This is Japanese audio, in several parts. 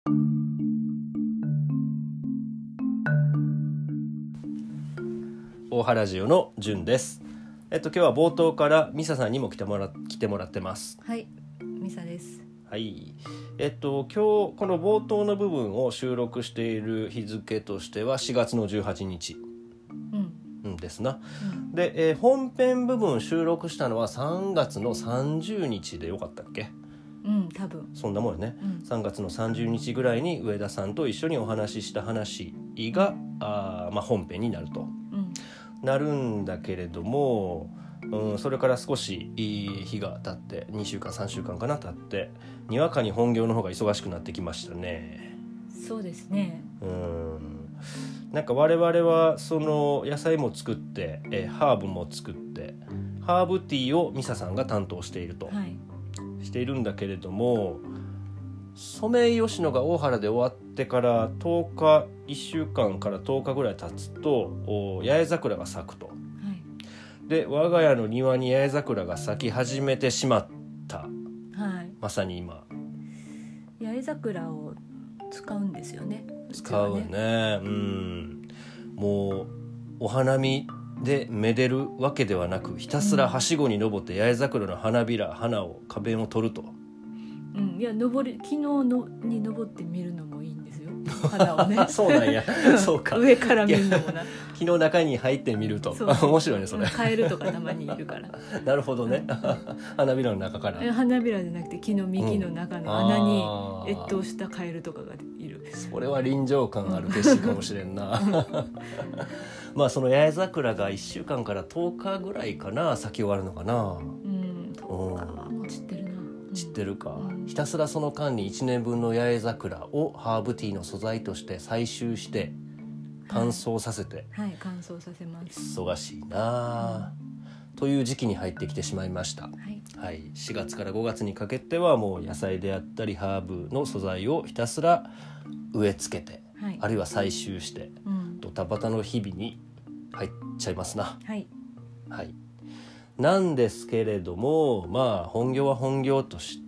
大原ジオのじゅんです。今日は冒頭からミサさんにも来てもらってます。 はい、ミサです。 はい。今日この冒頭の部分を収録している日付としては4月の18日、ですな。で、本編部分収録したのは3月の30日でよかったっけ？ 多分そんなもんよね。3月の30日ぐらいに上田さんと一緒にお話しした話が本編になると。なるんだけれども、それから少し日が経って2週間3週間かな経ってにわかに本業の方が忙しくなってきましたね。 そうですね。 なんか我々はその野菜も作って、ハーブも作ってハーブティーをミサさんが担当していると、しているんだけれども、ソメイヨシノが大原で終わってから10日1週間から10日ぐらい経つと八重桜が咲くと、で我が家の庭に八重桜が咲き始めてしまった、まさに今八重桜を使うんですよね。 使うね。もうお花見でめでるわけではなく、ひたすらはしごに登って八重桜の花を花弁を取ると。 いや昨日に登って見るのもいいんですよ、花をね。 そうなんや。そうか。 上から見るのもな。 昨日中に入ってみると面白いねそれ。 カエルとかたまにいるから。 なるほどね。花びらの中から。 花びらじゃなくて木の幹の中の穴に越冬したカエルとかがいる。 それは臨場感ある景色かもしれんな。まあその八重桜が1週間から10日ぐらいかな咲き終わるのかな。 もう散ってるな。 散ってるか。ひたすらその間に1年分の八重桜をハーブティーの素材として採集して乾燥させて、 乾燥させます。 忙しいな、という時期に入ってきてしまいました。4月から5月にかけてはもう野菜であったりハーブの素材をひたすら植え付けて、あるいは採集して、ドタバタの日々に入っちゃいますな。なんですけれども、本業は本業として、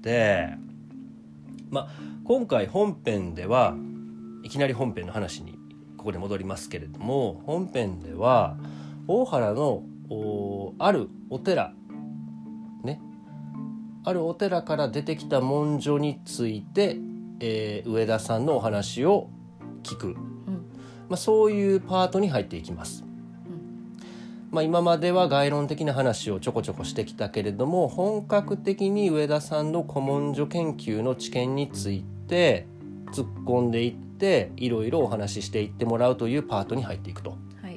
今回本編ではいきなり本編の話にここで戻りますけれども、本編では大原のあるお寺ね、あるお寺から出てきた文書について、上田さんのお話を聞く、そういうパートに入っていきます。今までは概論的な話をちょこちょこしてきたけれども、本格的に上田さんの古文書研究の知見について突っ込んでいっていろいろお話ししていってもらうというパートに入っていくと。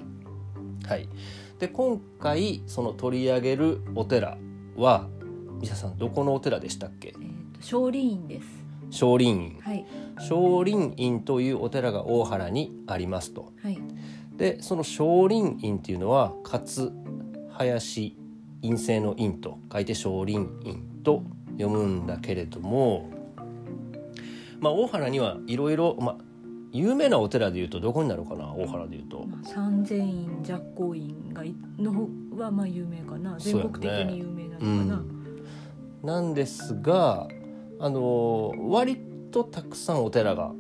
で今回その取り上げるお寺はミサさんどこのお寺でしたっけ？ 少林院です。 少林院、少林院というお寺が大原にありますと。でその少林院っていうのは勝林院政の院と書いて少林院と読むんだけれども、大原にはいろいろ有名なお寺でいうとどこになるかな。大原でいうと三千院寂光院の方は有名かな。全国的に有名なのかな。 なんですが割とたくさんお寺が、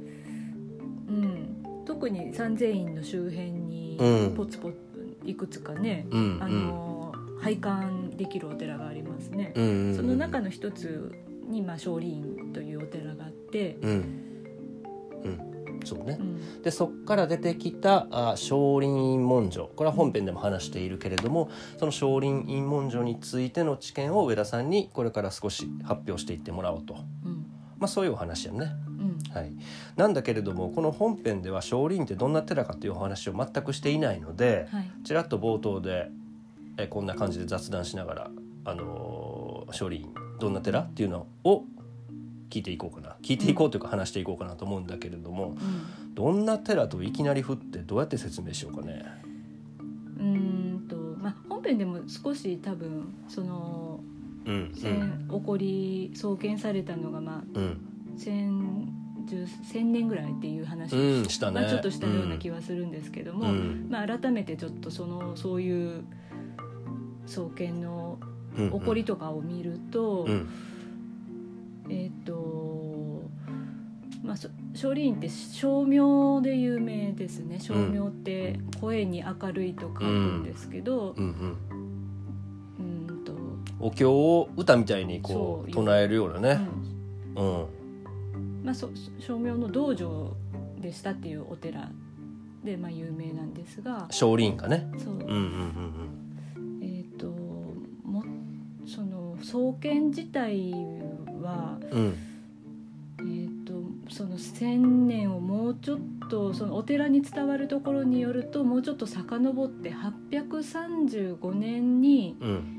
特に三千院の周辺にポツポツいくつかね、拝観できるお寺がありますね。その中の一つに少林院というお寺があって、 そうね。でそこから出てきた少林院文書、これは本編でも話しているけれども、その少林院文書についての知見を上田さんにこれから少し発表していってもらおうと、そういうお話やね。なんだけれどもこの本編では少林ってどんな寺かというお話を全くしていないので、ちらっと冒頭でこんな感じで雑談しながら、少林どんな寺っていうのを聞いていこうというか話していこうかなと思うんだけれども、どんな寺といきなり振ってどうやって説明しようかね。 本編でも少し多分その、創建されたのが1000年ぐらいっていう話をしたね。ちょっとしたような気はするんですけども、改めてちょっとそういう創建の起こりとかを見ると、 少林院って声名で有名ですね。声名って声に明るいと書くんですけど、 お経を歌みたいにこう唱えるようなね、 声名の道場でしたっていうお寺で有名なんですが、 少林がね、 その創建自体は、その1000年をもうちょっとそのお寺に伝わるところによるともうちょっと遡って835年に、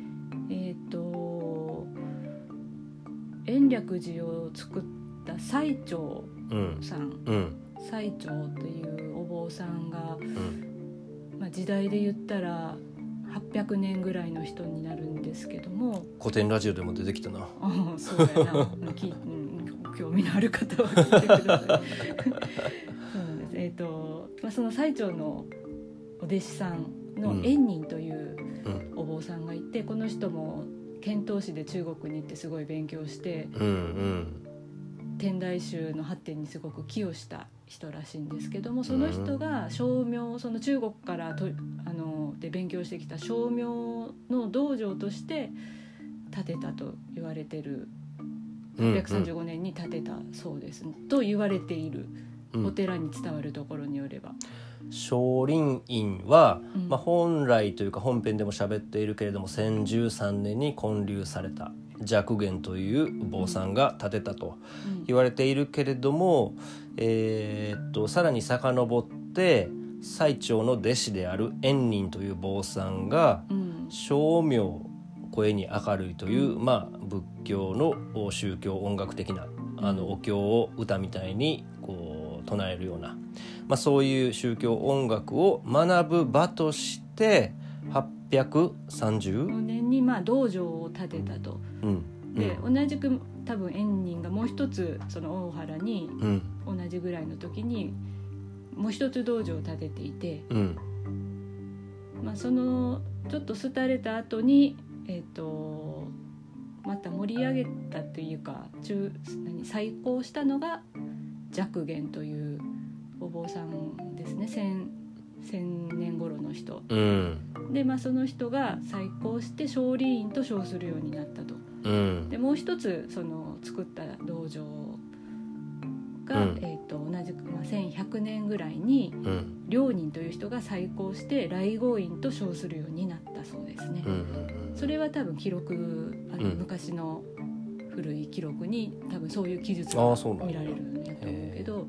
延暦寺を作った最澄さん、最澄というお坊さんが、時代で言ったら800年ぐらいの人になるんですけども、 古典ラジオでも出てきたな。 そうやな興味のある方は聞いてください。そうなんです。その最澄のお弟子さんの円仁というお坊さんがいて、この人も遣唐使で中国に行ってすごい勉強して、天台宗の発展にすごく寄与した人らしいんですけども、その人が声名、その中国からで勉強してきた声名の道場として建てたと言われてる、835年に建てたそうです、と言われている、お寺に伝わるところによれば。 少林院は、本来というか本編でも喋っているけれども、1013年に建立された寂元という坊さんが建てたと言われているけれども、さらに遡って最澄の弟子である円仁という坊さんが、声名、声に明るいという、仏教の宗教音楽的なお経を歌みたいにこう唱えるような、そういう宗教音楽を学ぶ場として835 年に道場を建てたと、で同じく多分円仁がもう一つその大原に同じぐらいの時にもう一つ道場を建てていて、そのちょっと廃れた後にまた盛り上げたというか再興したのが寂元というお坊さんですね。1000年頃の人、で、その人が再興して少林院と称するようになったと、でもう一つその作った道場が、同じく1100年ぐらいに、良仁という人が再興して来迎院と称するようになったそうですね。それは多分記録昔の古い記録に多分そういう記述が見られるんやと思うけど、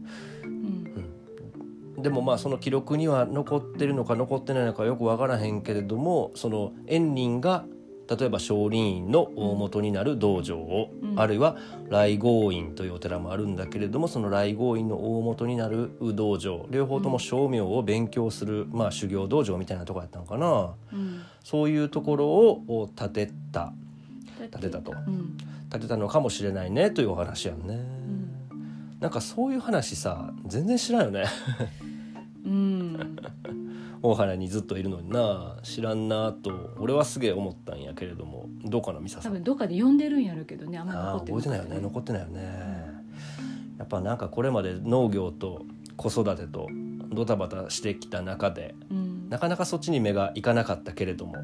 でもその記録には残ってるのか残ってないのかよく分からへんけれども、その円仁が例えば少林院の大元になる道場を、あるいは来迎院というお寺もあるんだけれども、その来迎院の大元になる道場、両方とも声名を勉強する、修行道場みたいなところやったのかな、そういうところを建てたのかもしれないねというお話やんね。なんかそういう話さ全然知らんよね。大原にずっといるのにな、知らんなと俺はすげえ思ったんやけれども、どうかなミサさん。 多分どっかで読んでるんやるけどね、あんま残ってない、 覚えてないよね、残ってないよね。やっぱなんかこれまで農業と子育てとドタバタしてきた中で、なかなかそっちに目がいかなかったけれども、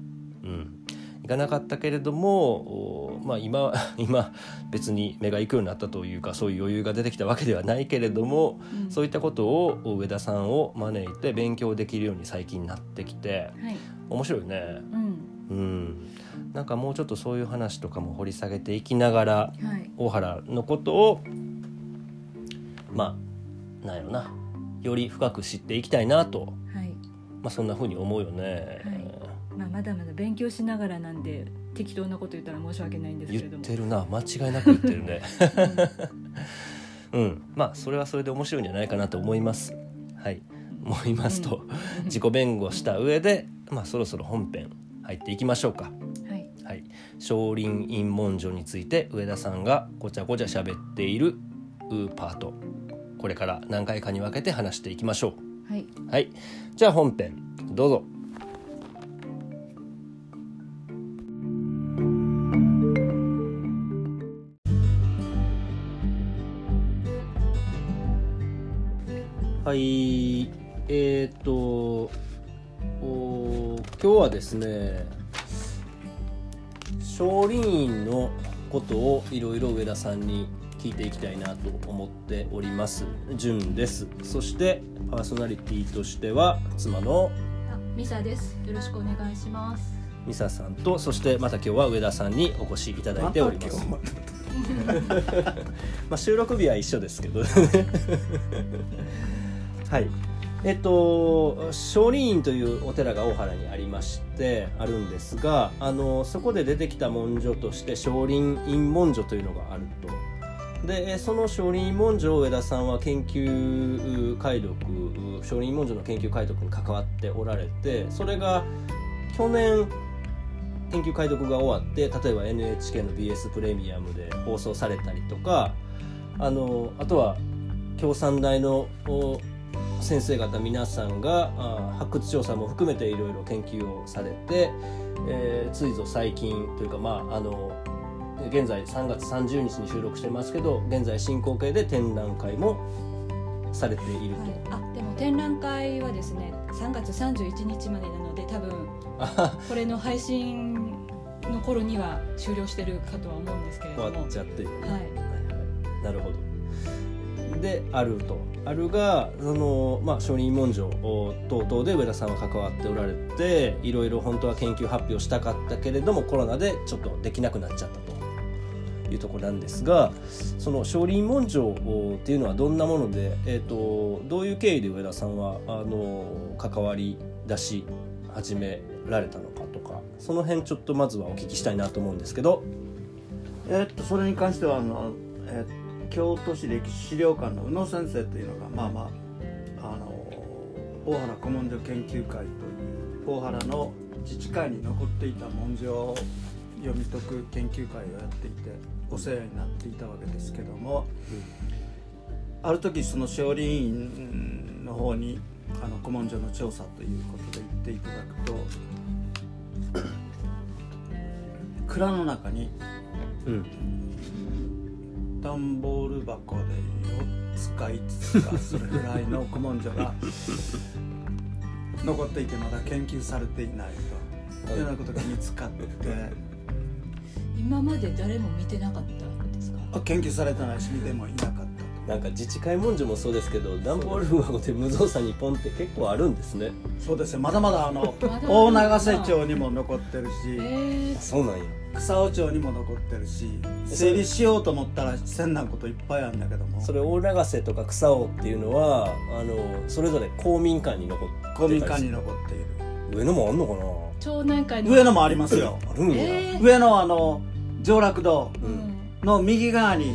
今別に目が行くようになったというか、そういう余裕が出てきたわけではないけれども、そういったことを上田さんを招いて勉強できるように最近なってきて、面白いね。なんかもうちょっとそういう話とかも掘り下げていきながら、大原のことをなんやろな、より深く知っていきたいなと、そんな風に思うよね。 まだまだ勉強しながらなんで適当なこと言ったら申し訳ないんですけれども、 言ってるな、間違いなく言ってるね。それはそれで面白いんじゃないかなと思います。思いますと、自己弁護した上で、そろそろ本編入っていきましょうか。少林院文書について上田さんがごちゃごちゃ喋っているパート、これから何回かに分けて話していきましょう。じゃあ本編どうぞ。 はい、今日はですね、少林院のことをいろいろ上田さんに聞いていきたいなと思っております。純です。そしてパーソナリティとしては妻のミサです。よろしくお願いします。 ミサさんと、そしてまた今日は上田さんにお越しいただいております。まあ収録日は一緒ですけどはい、少林院というお寺が大原にありましてあるんですが、そこで出てきた文書として少林院文書というのがあると。でその少林院文書を上田さんは研究解読、少林院文書の研究解読に関わっておられて、それが去年研究解読が終わって、例えば NHK の BS プレミアムで放送されたりとか、あとは共産大の先生方皆さんが発掘調査も含めていろいろ研究をされて、ついぞ最近というか、現在3月30日に収録してますけど、現在進行形で展覧会もされていると、 はい、でも展覧会はですね3月31日までなので、多分これの配信の頃には終了してるかとは思うんですけれども、 終わっちゃってる、 はい、 なるほど。であるが少林文書等々で上田さんは関わっておられて、いろいろ本当は研究発表したかったけれどもコロナでちょっとできなくなっちゃったというところなんですが、その少林文書っていうのはどんなもので、どういう経緯で上田さんは関わり出し始められたのかとか、その辺ちょっとまずはお聞きしたいなと思うんですけど。 それに関しては京都市歴史資料館の宇野先生というのが大原古文書研究会という大原の自治会に残っていた文書を読み解く研究会をやっていてお世話になっていたわけですけども、ある時その少林院の方に古文書の調査ということで行っていただくと、蔵の中に、段ボール箱で4つか5つかそれぐらいの古文書が残っていて、まだ研究されていないというようなことが見つかって、 今まで誰も見てなかったんですか？ 研究されてないし見てもいなかったと。 なんか自治会文書もそうですけど、段ボール箱で無造作にポンって結構あるんですね。 そうですね、まだまだ大長瀬町にも残ってるし、 そうなんや。 草尾町にも残ってるし、整理しようと思ったらせんなこといっぱいあるんだけども、 それ大長瀬とか草尾っていうのはそれぞれ公民館に残ってたり、 公民館に残っている。 上野もあんのかな？ 町内会の上野もありますよ。 あるんや。 上野上楽堂の右側に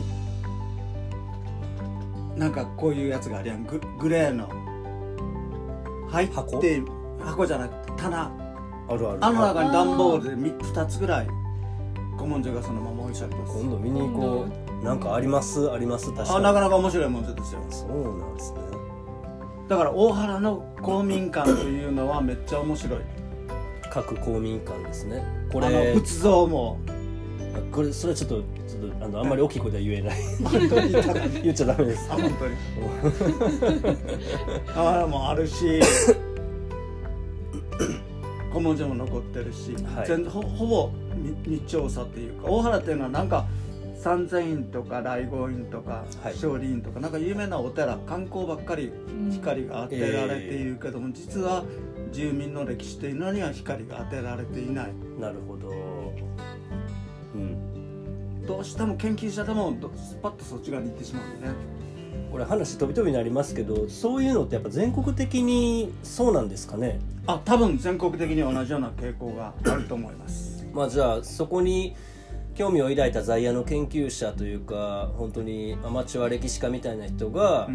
なんかこういうやつがあるやん、グレーの入って箱じゃなくて棚、 あるある、 中に段ボールで2つぐらい古文書がそのまま置いてあります。 今度見に行こう。なんかあります確かに。 なかなか面白い文書ですよ。 そうなんですね。 だから大原の公民館というのはめっちゃ面白い。 各公民館ですね。これ仏像もそれはちょっとあんまり大きい声では言えない言っちゃダメです。 本当にもあるし古文書も残ってるし、はい、ほぼ未調査というか、大原っていうのはなんか三千院とか来郷院とか少林院とか、なんか有名なお寺、観光ばっかり光が当てられているけども、実は住民の歴史というのには光が当てられていない。 なるほど。 どうしても研究者でもスパッとそっち側に行ってしまうんでね。 これ話飛び飛びになりますけど、そういうのってやっぱ全国的にそうなんですかね？ 多分全国的に同じような傾向があると思います。 じゃあそこに興味を抱いた在野の研究者というか、本当にアマチュア歴史家みたいな人が、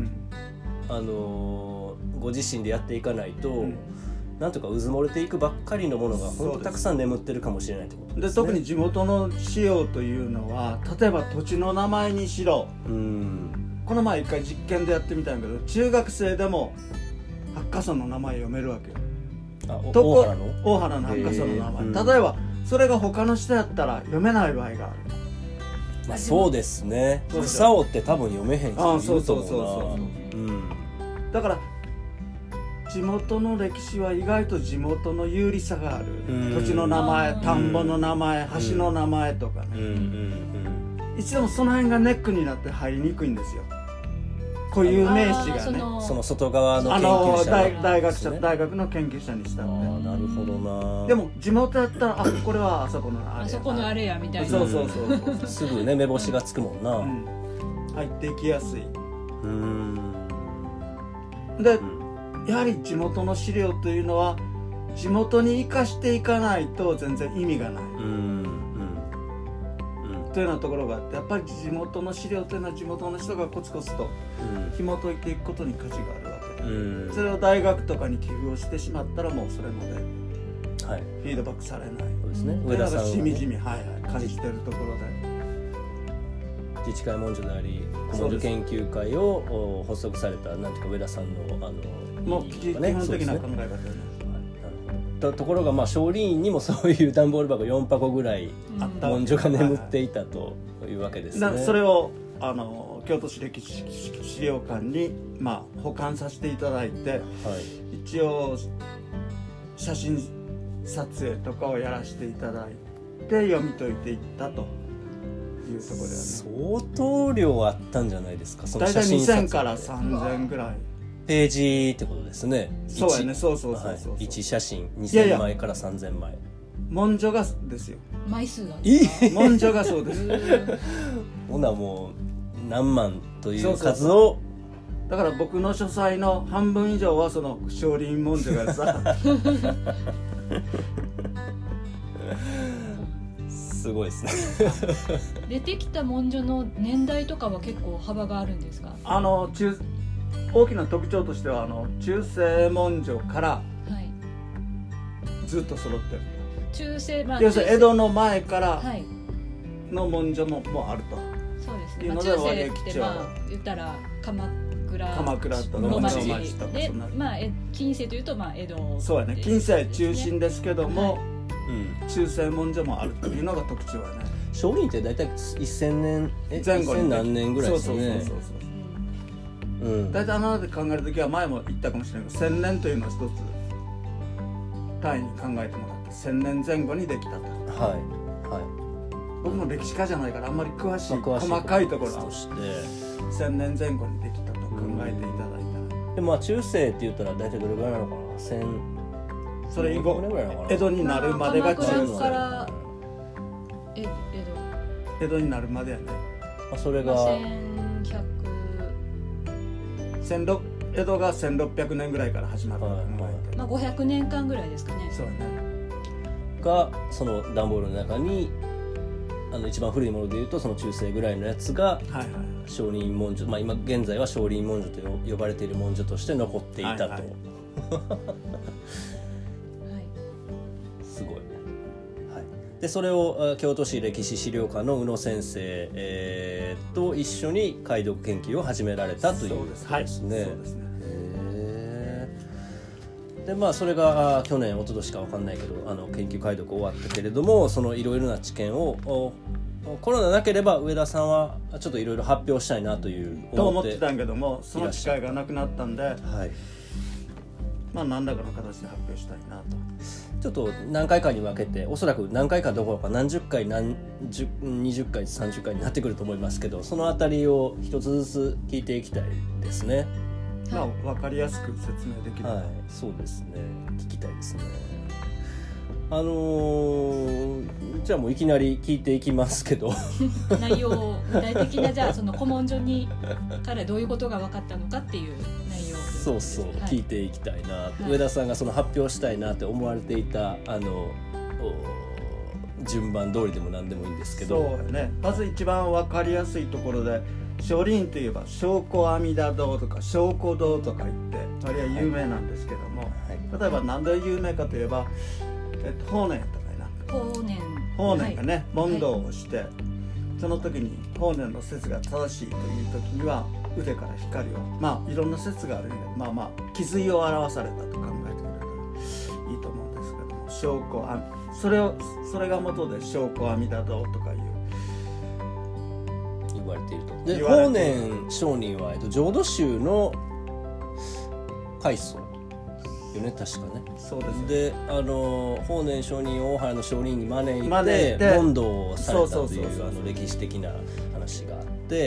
ご自身でやっていかないと、なんとかうずもれていくばっかりのものが本当たくさん眠ってるかもしれないってことですね。 特に地元の資料というのは、例えば土地の名前にしろ、この前一回実験でやってみたんだけど、中学生でも八ヶ所の名前読めるわけよ。大原の八ヶ所の名前、例えばそれが他の人やったら読めない場合がある。 そうですね。草尾って多分読めへん人いると思うな。 だから地元の歴史は意外と地元の有利さがある。土地の名前、田んぼの名前、橋の名前とかね、いつでもその辺がネックになって入りにくいんですよ、固有名詞がね。 その外側の研究者、 大学の研究者にしたって。 なるほどな。 でも地元やったらこれはあそこのあれや、 あそこのあれやみたいな。 そうすぐね目星がつくもんな、 入っていきやすい。で、やはり地元の資料というのは地元に生かしていかないと全然意味がない、というようなところがあって、やっぱり地元の資料というのは地元の人がコツコツと紐解いていくことに価値があるわけで、それを大学とかに寄付をしてしまったらもうそれまでフィードバックされない、 そうですね、 上田さんが、ね、しみじみ、感じてるところで、 自治会文書であり古文書研究会を発足されたなんていうか上田さんのもう基本的な考え方ね。 ところが少林院にもそういう段ボール箱4箱ぐらい文書が眠っていたというわけですね。 それを京都市歴史資料館に、保管させていただいて、一応写真撮影とかをやらせていただいて読み解いていったというところで、 相当量あったんじゃないですか。その大体写真撮影 2000から3000ぐらいページってことですね。 そうやね、そう、 1写真2000枚から3000枚。 文書がですよ。 枚数がですか？ 文書がそうです。 ほなもう何万という数を。 だから僕の書斎の半分以上はその少林文書がさ。 すごいですね。 出てきた文書の年代とかは結構幅があるんですか？ 大きな特徴としては中世文書からずっと揃ってる、 中世、 要するに江戸の前からの文書もあると、 そうですね、中世って言ったら鎌倉と室町で、近世というと江戸、 そうやね、近世中心ですけども、中世文書もあるというのが特徴やね。 少林って大体1000年前後に 1000何年ぐらいですよね。 大体で考えるときは前も言ったかもしれないけど、1000年というのを一つ単位に考えてもらって、1000年前後にできたと。僕も歴史家じゃないからあんまり詳しい細かいところは1000年前後にできたと考えていただいたら、 で中世って言ったら大体どれぐらいなのかな。 それ以後江戸になるまでが中世、 鎌倉から江戸になるまでやね。 それが江戸が1600年ぐらいから始まったと考えて、 500年間ぐらいですかね。 そうね。 がその段ボールの中に一番古いものでいうとその中世ぐらいのやつが少林文書、今現在は少林文書と呼ばれている文書として残っていたと。すごい。でそれを京都市歴史資料館の宇野先生、と一緒に解読研究を始められたということですね。でそれが去年一昨年か分かんないけど研究解読終わったけれども、そのいろいろな知見をコロナなければ上田さんはちょっといろいろ発表したいなという思ってたんけども、その機会がなくなったんで、何らかの形で発表したいなと。 ちょっと何回かに分けて、おそらく何回かどころか何十回20回30回になってくると思いますけど、そのあたりを一つずつ聞いていきたいですね。 分かりやすく説明できる、 そうですね、聞きたいですね。じゃあもういきなり聞いていきますけど内容を具体的なじゃあその古文書にからどういうことが分かったのかっていう内容そうそう、聞いていきたいな、上田さんがその発表したいなって思われていた順番通りでも何でもいいんですけど、 そうね、まず一番分かりやすいところで、少林といえば聖子阿弥陀堂とか聖子堂とか言ってあれは有名なんですけども、例えば何で有名かといえば、法然やったかいな、法然がね、問答をして、その時に法然の説が正しいという時には腕から光を、いろんな説があるので、気髄を表されたと考えてくれたらいいと思うんですけども、聖子それが元で聖子阿弥陀堂とかいう言われていると。で法然上人は浄土宗の海藻よね確かね。 そうです。 で法然上人を大原の上人に招いて問答をされたという歴史的な話があって、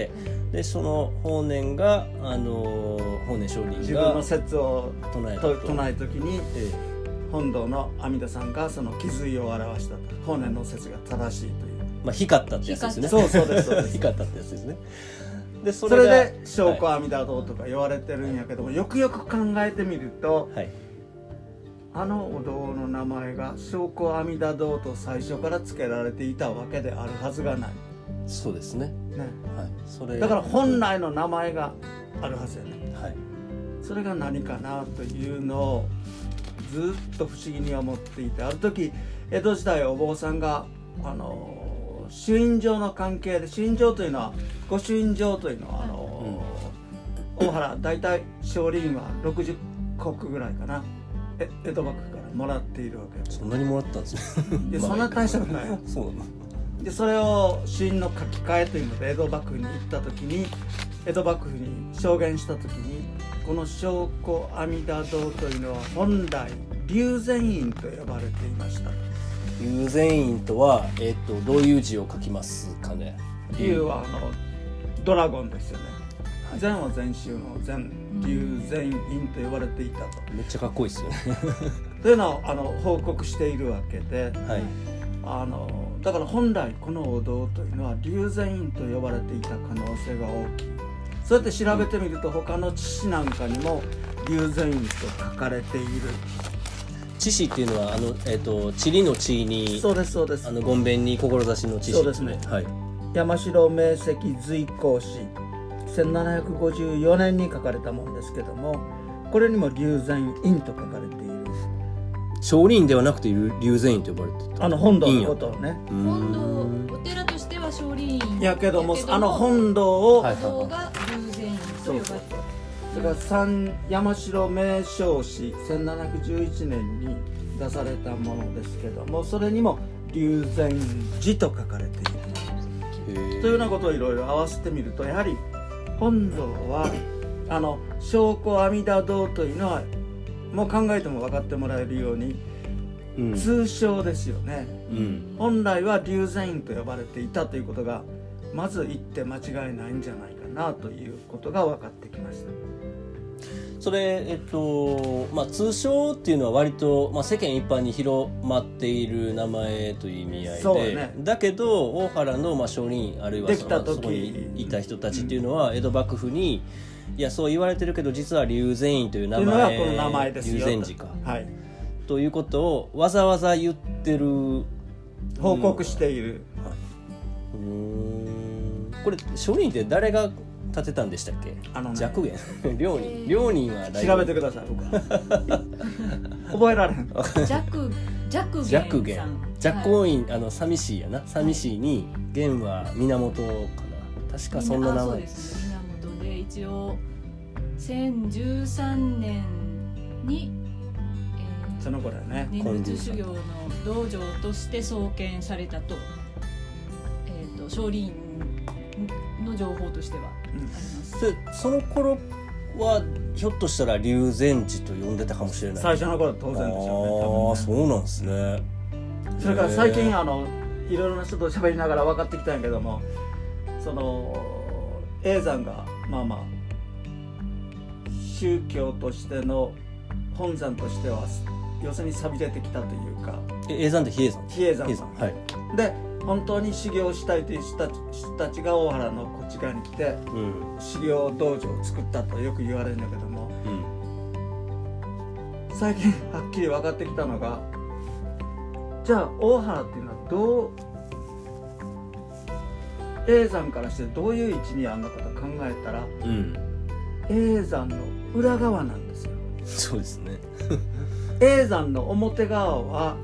でその法然が法然上人が自分の説を唱える時に、本堂の阿弥陀さんがその気づいを表したと。法然の説が正しいという、 まあ光ったってやつですね。 そうです光ったってやつですね。でそれで証拠阿弥陀堂とか言われてるんやけども、よくよく考えてみると、 はい、 あのお堂の名前が証拠阿弥陀堂と最初から付けられていたわけであるはずがない。 そうですね。はい、それだから本来の名前があるはずやね。 はい、 それが何かなというのをずっと不思議に思っていて、ある時江戸時代お坊さんが朱印状の関係で、朱印状というのは御朱印状というのは大原大体少林は60石ぐらいかな、江戸幕府からもらっているわけ。 そんなにもらったんですね。 でそんな大したことないよ。 そうなの。 でそれを朱印の書き換えというので江戸幕府に行った時に、江戸幕府に証言した時に、この証拠阿弥陀堂というのは本来龍禅院と呼ばれていました。 龍禅院とは、どういう字を書きますかね。 龍はドラゴンですよね。禅は禅宗の禅、龍禅院と呼ばれていたと。 めっちゃかっこいいですよね。 というのを報告しているわけで、 はい、 だから本来このお堂というのは龍禅院と呼ばれていた可能性が大きい。そうやって調べてみると、他の地史なんかにも龍禅院と書かれている。 地史っていうのは地理の地に、 そうです言弁に志の地史。 そうですね。はい。山城明石随行誌1754年に書かれたものですけども、これにも龍禅院と書かれている。 少林ではなくて龍禅院と呼ばれてた。 本堂のことをね。 本堂お寺としては少林院やけども、本堂をが龍禅院と呼ばれている。 それから山城名称誌1711年に出されたものですけども、それにも龍禅寺と書かれているというようなことをいろいろ合わせてみると、やはり本堂は証拠阿弥陀堂というのはもう考えても分かってもらえるように、通称ですよね。本来は龍禅院と呼ばれていたということがまず言って間違いないんじゃないかなということが分かってきました。 それ通称っていうのは割と、世間一般に広まっている名前という意味合いで、 そうね、 だけど大原の少林あるいはそこにいた人たちっていうのは江戸幕府に、いやそう言われてるけど実は龍禅院という名前、 この名前ですよ、 龍禅寺か、 はい、 ということをわざわざ言ってる、 報告している。 これ少林って誰が建てたんでしたっけ？寂元両人は調べてください。僕覚えられへん。 寂元さん、寂光院寂しいやな、寂しいに元は源かな、確かそんな名前。 そうですね、源で一応1013年に、 その頃ね、 念仏修行の道場として創建されたと、少林の情報としてはあります。 でその頃はひょっとしたら龍禅寺と呼んでたかもしれない。 最初の頃は当然ですよね。 ああ、そうなんですね。 それから最近いろいろな人と喋りながら分かってきたんやけども、叡山が宗教としての本山としては要するに錆びれてきたというか、 叡山って比叡山、 はい、で本当に修行したいという人たちが大原のこっち側に来て、修行道場を作ったとよく言われるんだけども、最近はっきり分かってきたのが、じゃあ大原っていうのは叡山からしてどういう位置にあるのかと考えたら、叡山の裏側なんですよ。 そうですね。 叡山の表側は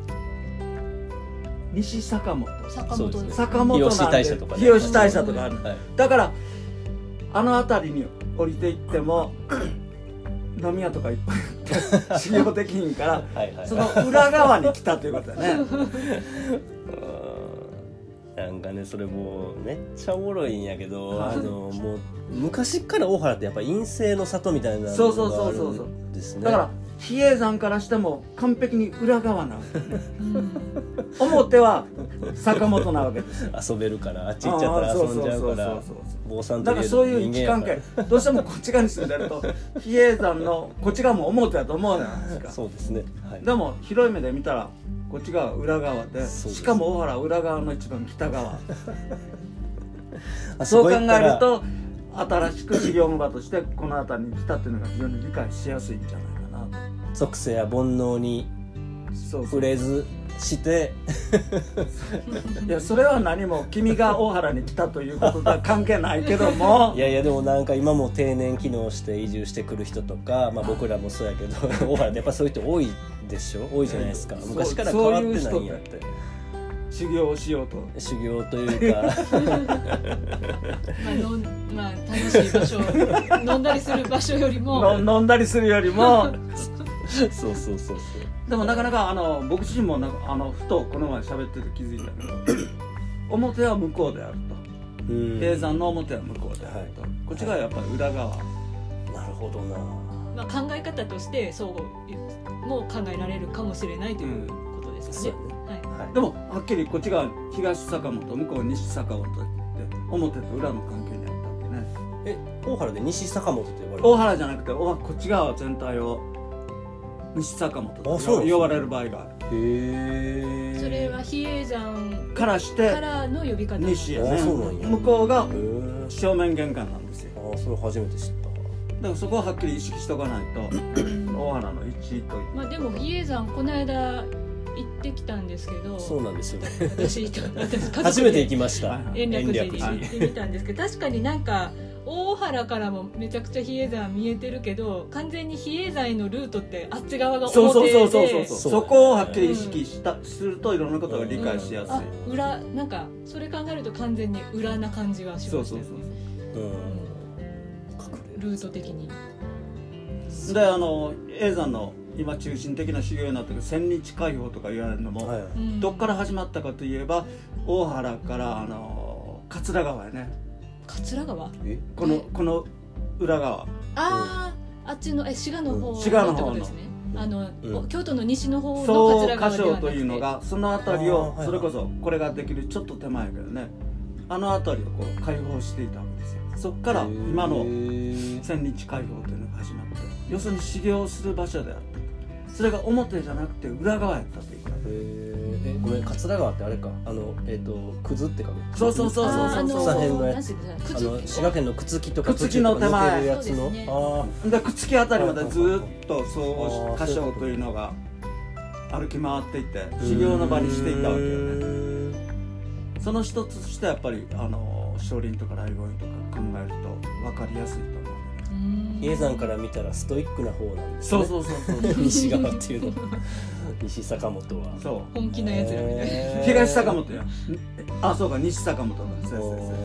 西坂本、坂本なんで、日吉大社とかある、だからあの辺りに降りていっても飲み屋とかいっぱいあって修行できひんからその裏側に来たということだね。 なるなんかねそれもうめっちゃおもろいんやけど、もう昔から大原ってやっぱ陰性の里みたいなのがあるんですね。 だから比叡山からしても完璧に裏側なわけね表は坂本なわけですよ。 遊べるからあっち行っちゃったら遊んじゃうから坊さんという人間やから、 だからそういう位置関係どうしてもこっち側に住んでると比叡山のこっち側も表だと思うじゃないですか。 そうですね、はい、 でも広い目で見たらこっち側は裏側で、しかも大原裏側の一番北側そう考えると新しく事業場としてこの辺りに来たっていうのが非常に理解しやすいんじゃないかなと。 属性や煩悩に触れずしていやそれは何も君が大原に来たということとは関係ないけどもいやでもなんか今も定年機能して移住してくる人とか、まあ、僕らもそうやけど大原ってやっぱそういう人多いでしょ、多いじゃないですか。昔から変わってないんやって。 修行をしようと修行というかまあ楽しい場所飲んだりする場所よりも飲んだりするよりもそうでもなかなか僕自身もなんかふとこの前喋ってて気づいたけど表は向こうであると、比叡山の表は向こうであると、こっちがやっぱり裏側、 なるほどな、 まあ、考え方としてそうも考えられるかもしれないということですよね、 でもはっきりこっちが東坂本向こう西坂本って言って表と裏の関係にあったわけね。 大原で西坂本と呼ばれる？ 大原じゃなくてこっち側全体を西坂本と呼ばれる場合がある。 へえ。 それは比叡山からしてからの呼び方なんです西やね。向こうが正面玄関なんですよ。 ああ、それ初めて知った。 だからそこをはっきり意識しとかないと大原の位置という。 まあでも比叡山この間行ってきたんですけど、 そうなんですよね。 私初めて行きました。 延暦寺に行ってみたんですけど、確かになんか大原からもめちゃくちゃ比叡山見えてるけど、完全に比叡山へのルートってあっち側が表で、 そこをはっきり意識するといろんなことが理解しやすい。 裏なんかそれ考えると完全に裏な感じはしましたよね。ルート的に。 で叡山の今中心的な修行になっている千日開放とか言われるのも、どっから始まったかといえば大原から桂川やね。 桂川？ この裏側。 あっちの滋賀の方ってことですね。京都の西の方の桂川ではなくて、そう、というのがその辺りをそれこそこれができるちょっと手前やけどね、辺りをこう開放していたわけですよ。そこから今の千日開放というのが始まって、要するに修行する場所であった。それが表じゃなくて裏側やったというか。 ごめん、桂川ってあれか、くずって書く。 そう草辺のやつ。滋賀県の朽木とか朽木の手前やつの。 で朽木あたりまでずっとそう箇所というのが歩き回っていて修行の場にしていたわけよね。その一つとしてやっぱり少林とか雷言とか考えると分かりやすいと思う。 比叡山から見たらストイックな方なんですね。 そう西側っていうの西坂本はそう本気のやつやみたいな。 東坂本や。そうか、西坂本なんです。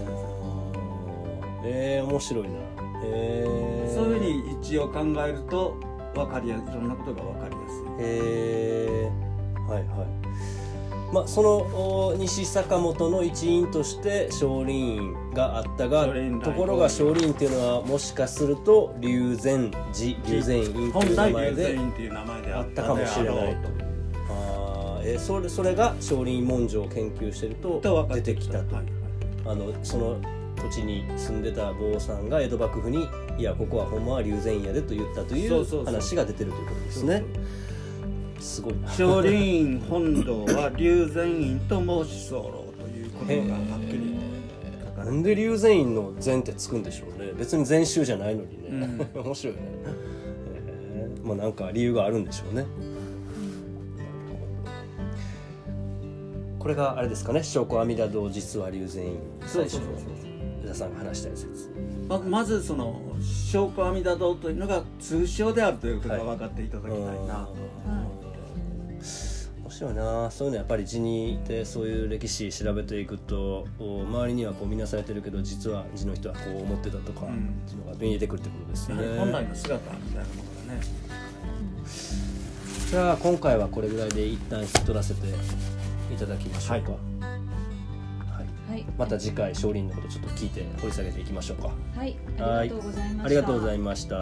面白いな。 そういうふうに位置を考えるといろんなことが分かりやすい。 はいはい。まあ、その西坂本の一員として少林院があったが、ところが少林院っていうのはもしかすると龍禅寺龍禅院っていう名前であったかもしれないと。それが少林文書を研究してると出てきたと。その土地に住んでた坊さんが江戸幕府にいやここはほんまは龍禅院やでと言ったという話が出てるということですね。すごいな。 少林院本堂は龍禅院と申し候ということがはっきり書かれて。 なんで龍禅院の禅ってつくんでしょうね。別に禅宗じゃないのにね。面白いね。まあなんか理由があるんでしょうね。これがあれですかね。証拠阿弥陀堂実は龍禅院。最初宇田さんが話したやつです。 まずその証拠阿弥陀堂というのが通称であるということが分かっていただきたいな。 面白いな。そういうのやっぱり地にいてそういう歴史調べていくと周りにはこう見なされてるけど実は地の人はこう思ってたとか、っていうのが見えてくるってことですね。 本来の姿みたいなものがね。 じゃあ今回はこれぐらいで一旦引き取らせていただきましょうか。はい。 はい、 また次回少林のことちょっと聞いて掘り下げていきましょうか。 はい、ありがとうございました。 ありがとうございました。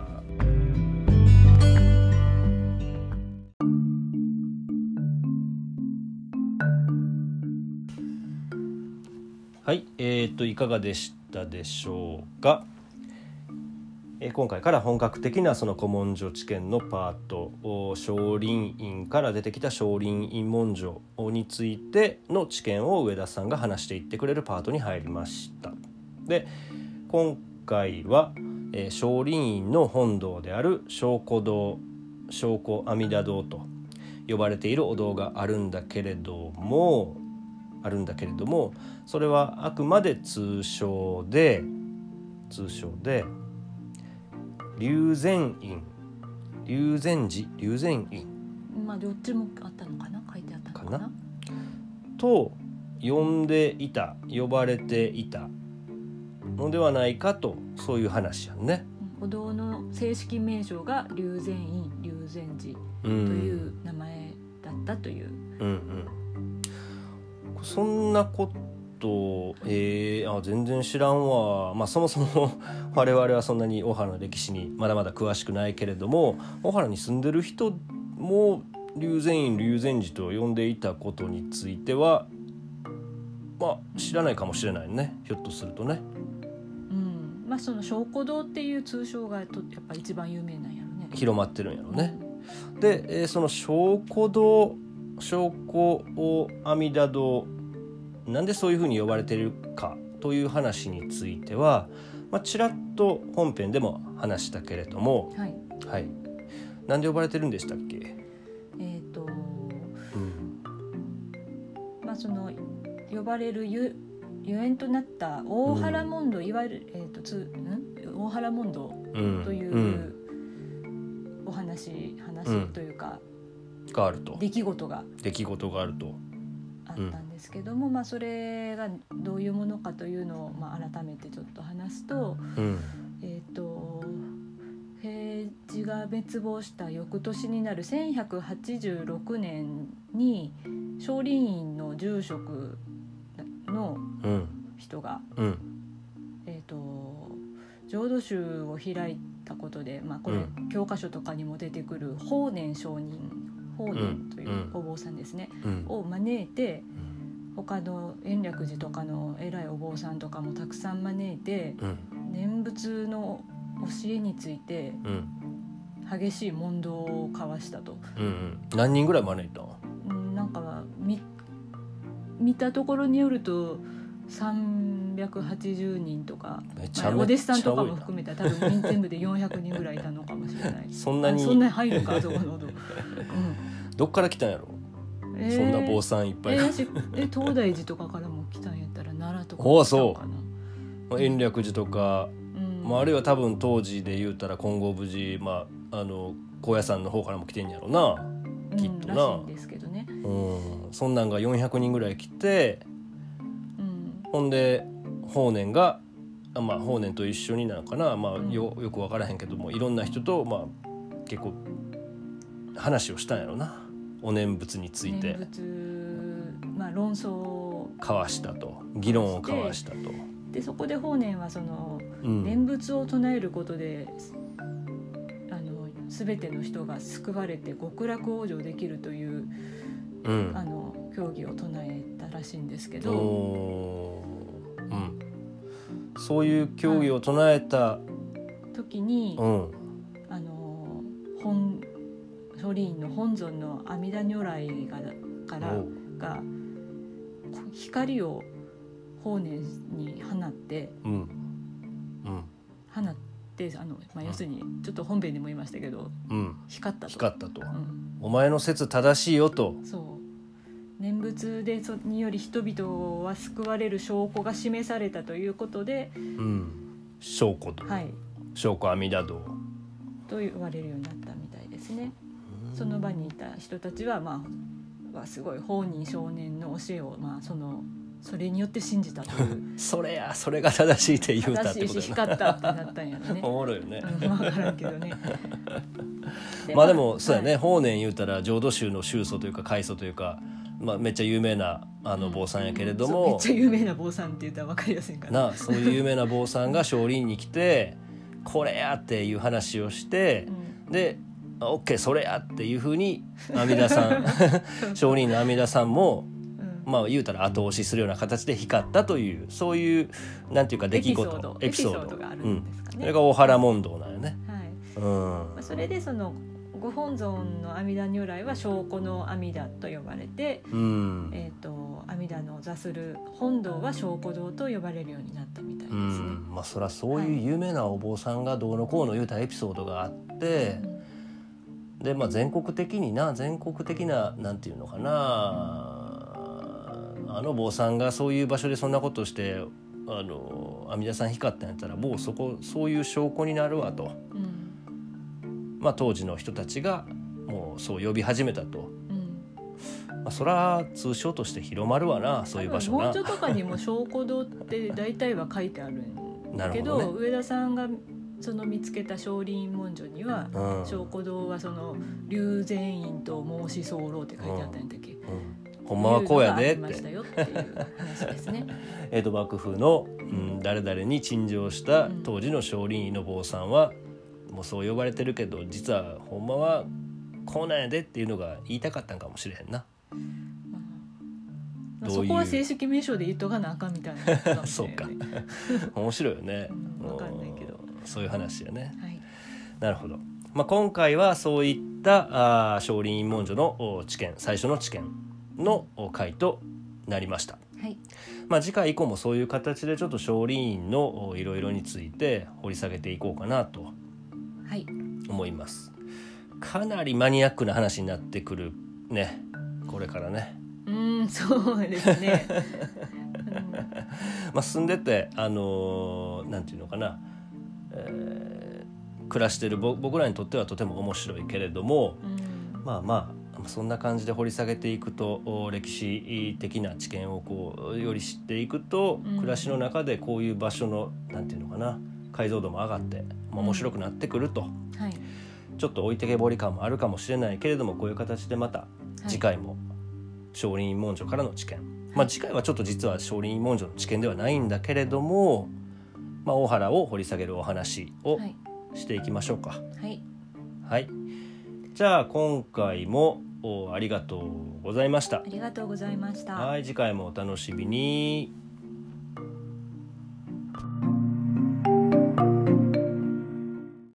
はい、いかがでしたでしょうか。今回から本格的なその古文書知見のパート、少林院から出てきた少林院文書についての知見を上田さんが話していってくれるパートに入りました。で、今回は、少林院の本堂である松湖堂、松湖阿弥陀堂と呼ばれているお堂があるんだけれども、それはあくまで通称で龍禅院、龍禅寺、龍禅院、 まあどっちもあったのかな、書いてあったのかなと呼ばれていたのではないかと、そういう話やんね。 お堂の正式名称が龍禅院、龍禅寺という名前だったという、 そんなこと全然知らんわ。そもそも我々はそんなに大原の歴史にまだまだ詳しくないけれども、大原に住んでる人も龍禅院、龍禅寺と呼んでいたことについては知らないかもしれないね、ひょっとするとね。 その松湖堂っていう通称がやっぱ一番有名なんやろね、 広まってるんやろね。で、その松湖堂、松湖阿弥陀堂、なんでそういうふうに呼ばれているかという話については、ちらっと本編でも話したけれども、はい、なんで呼ばれてるんでしたっけ。 その呼ばれるゆえんとなった大原問答、いわゆる、大原問答というお話というか、 があると、 出来事があるとあったんですけども、それがどういうものかというのを、改めてちょっと話すと、平治が滅亡した翌年になる1186年に少林院の住職の人が、浄土宗を開いたことで、これ、教科書とかにも出てくる法然上人、法然というお坊さんですね、を招いて、他の延暦寺とかの偉いお坊さんとかもたくさん招いて、念仏の教えについて激しい問答を交わしたと。 何人ぐらい招いた？ なんか見たところによると380人とか、お弟子さんとかも含めたら多分全部で400人ぐらいいたのかもしれない。 そんなに入るか、そこのどっから来たんやろ、そんな坊さんいっぱい。 東大寺とかからも来たんやったら奈良とか来たのかな。 延暦寺とか、あるいは多分当時で言うたら金剛峯寺、高野山の方からも来てんやろな、きっとな、 らしいんですけどね。 そんなんが400人ぐらい来て、ほんで法然が、法然と一緒になのかな、よく分からへんけども、いろんな人と、結構話をしたんやろな、お念仏について。 念仏、論争を交わしたと、議論を交わしたと。 でそこで法然はその、念仏を唱えることで全ての人が救われて極楽往生できるという、教義を唱えたらしいんですけど、 そういう教義を唱えた時に、少林院の本尊の阿弥陀如来が光を法然に放って要するにちょっと本編でも言いましたけど、光ったと、 お前の説正しいよと。 そう念仏でにより人々は救われる証拠が示されたということで、 証拠と、証拠阿弥陀堂と言われるようになったみたいですね。その場にいた人たちは、すごい法然少年の教えを、それによって信じたというそれが正しいって言うたってことだな。 正しいし光ったってなったんやろね。 おもろいよね。 分からんけどね。 でもそうやね、法然言うたら浄土宗の宗祖というか開祖というか、 めっちゃ有名な坊さんやけれども、 めっちゃ有名な坊さんって言ったら分かりやすいかな。 そういう有名な坊さんが少林に来てこれやっていう話をして、でOK それやっていうふうに阿弥陀さん少林の阿弥陀さんも、言うたら後押しするような形で光ったという、そういうなんていうか出来事エピソードがあるんですかね。 それが大原問答なんよね。 それでそのご本尊の阿弥陀如来は証拠の阿弥陀と呼ばれて、阿弥陀の座する本堂は証拠堂と呼ばれるようになったみたいですね。 そりゃそういう有名なお坊さんがどうのこうの言うたエピソードがあって、で全国的ななんていうのかな、坊さんがそういう場所でそんなことして阿弥陀さん光ったんやったらもうそういう証拠になるわと、当時の人たちがもうそう呼び始めたと、そら通称として広まるわな、そういう場所な。 文書とかにも証拠堂って大体は書いてあるんだけど、上田さんがその見つけた少林文書には、証拠堂はその龍禅院と申し候って書いてあったんだっけ、 ほんまはこうやでってっていう話ですね。 江戸幕府の、誰々に陳情した当時の少林院の坊さんは、もうそう呼ばれてるけど実はほんまはこうなんやでっていうのが言いたかったんかもしれへんな。 そこは正式名称で言っとかなあかんみたいなそうか面白いよね。 分かんないけどそういう話よね。 なるほど。今回はそういった少林院文書の知見、最初の知見の回となりました。次回以降もそういう形でちょっと少林院のいろいろについて掘り下げていこうかなと思います。かなりマニアックな話になってくるね、これからね。 そうですね。 住んでてなんていうのかな、暮らしてる僕らにとってはとても面白いけれども、そんな感じで掘り下げていくと、歴史的な知見をより知っていくと、暮らしの中でこういう場所のなんていうのかな、解像度も上がって、面白くなってくると、ちょっと置いてけぼり感もあるかもしれないけれども、こういう形でまた次回も少林院文書からの知見、次回はちょっと実は少林院文書の知見ではないんだけれども、大原を掘り下げるお話をしていきましょうか。じゃあ今回もありがとうございました。 ありがとうございました。 次回もお楽しみに。